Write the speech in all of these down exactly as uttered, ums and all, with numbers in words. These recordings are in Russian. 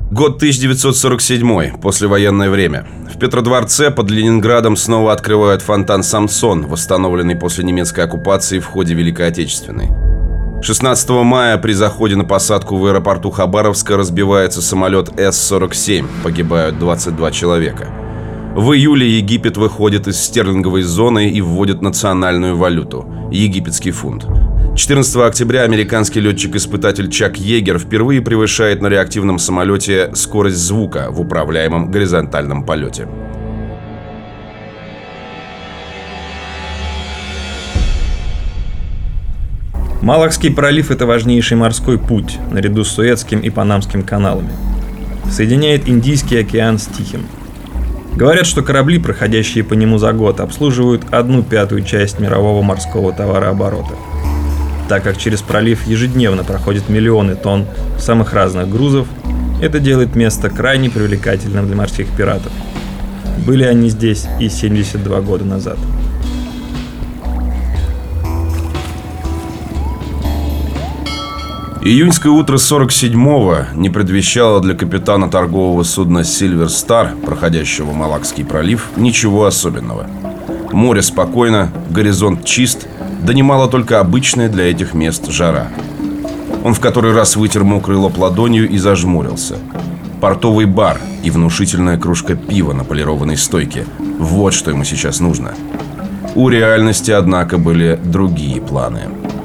Год тысяча девятьсот сорок седьмой, послевоенное время. В Петродворце под Ленинградом снова открывают фонтан «Самсон», восстановленный после немецкой оккупации в ходе Великой Отечественной. шестнадцатого мая при заходе на посадку в аэропорту Хабаровска разбивается самолет Эс сорок семь, погибают двадцать два человека. В июле Египет выходит из стерлинговой зоны и вводит национальную валюту – египетский фунт. четырнадцатого октября американский летчик-испытатель Чак Йегер впервые превышает на реактивном самолете скорость звука в управляемом горизонтальном полете. Малакский пролив – это важнейший морской путь, наряду с Суэцким и Панамским каналами. Соединяет Индийский океан с Тихим. Говорят, что корабли, проходящие по нему за год, обслуживают одну пятую часть мирового морского товарооборота. Так как через пролив ежедневно проходят миллионы тонн самых разных грузов, это делает место крайне привлекательным для морских пиратов. Были они здесь и семьдесят два года назад. Июньское утро сорок седьмого не предвещало для капитана торгового судна «Сильвер Стар», проходящего Малакский пролив, ничего особенного. Море спокойно, горизонт чист, да немало только обычная для этих мест жара. Он в который раз вытер мокрый лоб ладонью и зажмурился. Портовый бар и внушительная кружка пива на полированной стойке – вот что ему сейчас нужно. У реальности, однако, были другие планы.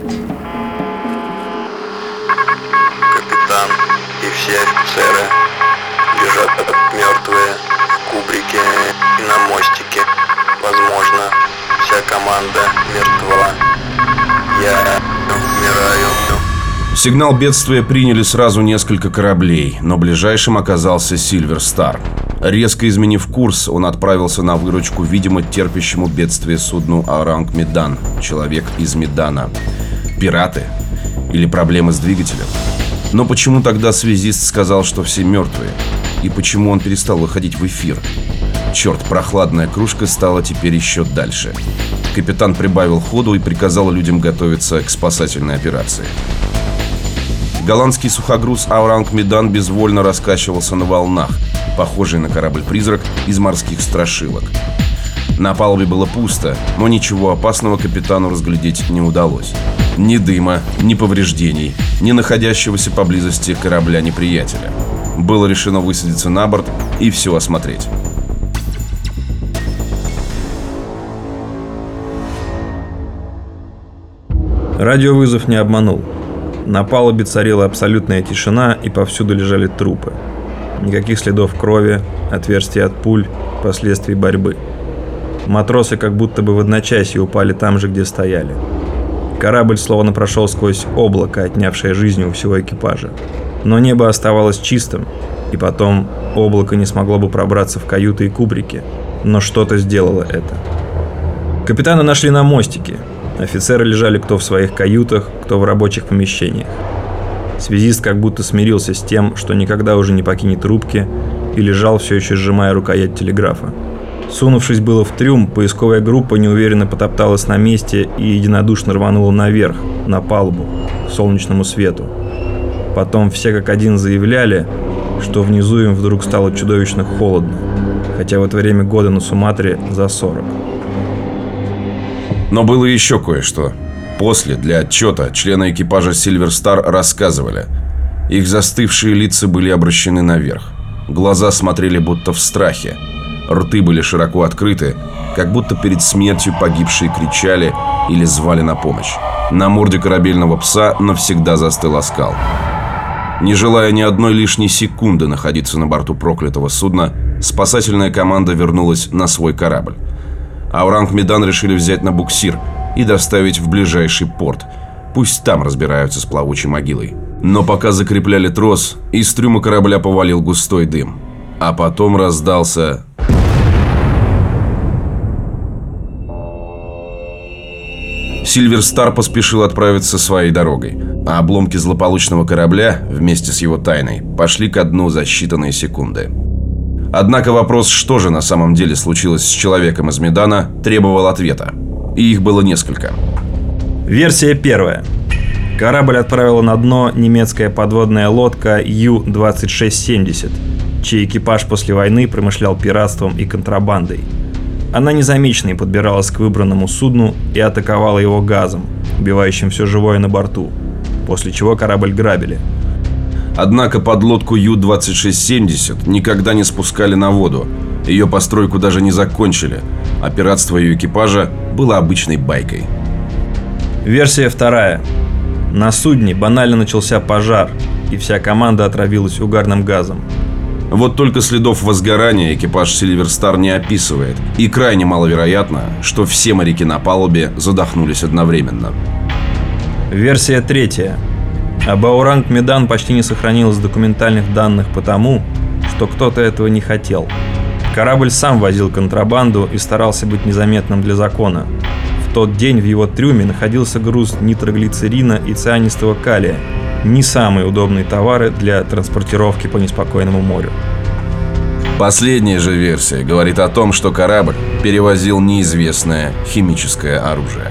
И все офицеры лежат мертвые в кубрике и на мостике. Возможно, вся команда мертва. Я умираю. Сигнал бедствия приняли сразу несколько кораблей, но ближайшим оказался «Сильвер Стар». Резко изменив курс, он отправился на выручку, видимо, терпящему бедствие судну «Ауранг Медан», человек из Медана. Пираты? Или проблемы с двигателем? Но почему тогда связист сказал, что все мертвые? И почему он перестал выходить в эфир? Черт, прохладная кружка стала теперь еще дальше. Капитан прибавил ходу и приказал людям готовиться к спасательной операции. Голландский сухогруз «Ауранг Медан» безвольно раскачивался на волнах, похожий на корабль-призрак из морских страшилок. На палубе было пусто, но ничего опасного капитану разглядеть не удалось. Ни дыма, ни повреждений, ни находящегося поблизости корабля неприятеля. Было решено высадиться на борт и все осмотреть. Радиовызов не обманул. На палубе царила абсолютная тишина, и повсюду лежали трупы. Никаких следов крови, отверстий от пуль, последствий борьбы. Матросы как будто бы в одночасье упали там же, где стояли. Корабль словно прошел сквозь облако, отнявшее жизнь у всего экипажа. Но небо оставалось чистым, и потом облако не смогло бы пробраться в каюты и кубрики, но что-то сделало это. Капитана нашли на мостике. Офицеры лежали кто в своих каютах, кто в рабочих помещениях. Связист как будто смирился с тем, что никогда уже не покинет рубки, и лежал, все еще сжимая рукоять телеграфа. Сунувшись было в трюм, поисковая группа неуверенно потопталась на месте и единодушно рванула наверх, на палубу, к солнечному свету. Потом все как один заявляли, что внизу им вдруг стало чудовищно холодно, хотя в это время года на Суматре за сорок. Но было еще кое-что. После, для отчета, члены экипажа «Сильвер Стар» рассказывали. Их застывшие лица были обращены наверх. Глаза смотрели будто в страхе. Рты были широко открыты, как будто перед смертью погибшие кричали или звали на помощь. На морде корабельного пса навсегда застыл оскал. Не желая ни одной лишней секунды находиться на борту проклятого судна, спасательная команда вернулась на свой корабль. «Ауранг Медан» решили взять на буксир и доставить в ближайший порт. Пусть там разбираются с плавучей могилой. Но пока закрепляли трос, из трюма корабля повалил густой дым. А потом раздался... «Сильвер Стар» поспешил отправиться своей дорогой, а обломки злополучного корабля, вместе с его тайной, пошли ко дну за считанные секунды. Однако вопрос, что же на самом деле случилось с человеком из Медана, требовал ответа. И их было несколько. Версия первая. Корабль отправила на дно немецкая подводная лодка Ю двадцать шесть семьдесят, чей экипаж после войны промышлял пиратством и контрабандой. Она незамеченной подбиралась к выбранному судну и атаковала его газом, убивающим все живое на борту, после чего корабль грабили. Однако подлодку Ю двадцать шесть семьдесят никогда не спускали на воду, ее постройку даже не закончили, а пиратство ее экипажа было обычной байкой. Версия вторая. На судне банально начался пожар, и вся команда отравилась угарным газом. Вот только следов возгорания экипаж Silver Star не описывает, и крайне маловероятно, что все моряки на палубе задохнулись одновременно. Версия третья. Об Ауранг Медан почти не сохранилось документальных данных потому, что кто-то этого не хотел. Корабль сам возил контрабанду и старался быть незаметным для закона. В тот день в его трюме находился груз нитроглицерина и цианистого калия, не самые удобные товары для транспортировки по неспокойному морю. Последняя же версия говорит о том, что корабль перевозил неизвестное химическое оружие.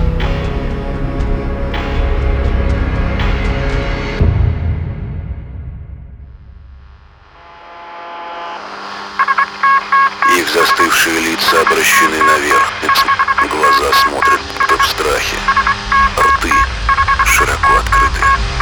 Их застывшие лица обращены наверх, глаза смотрят, будто в страхе, рты широко открыты.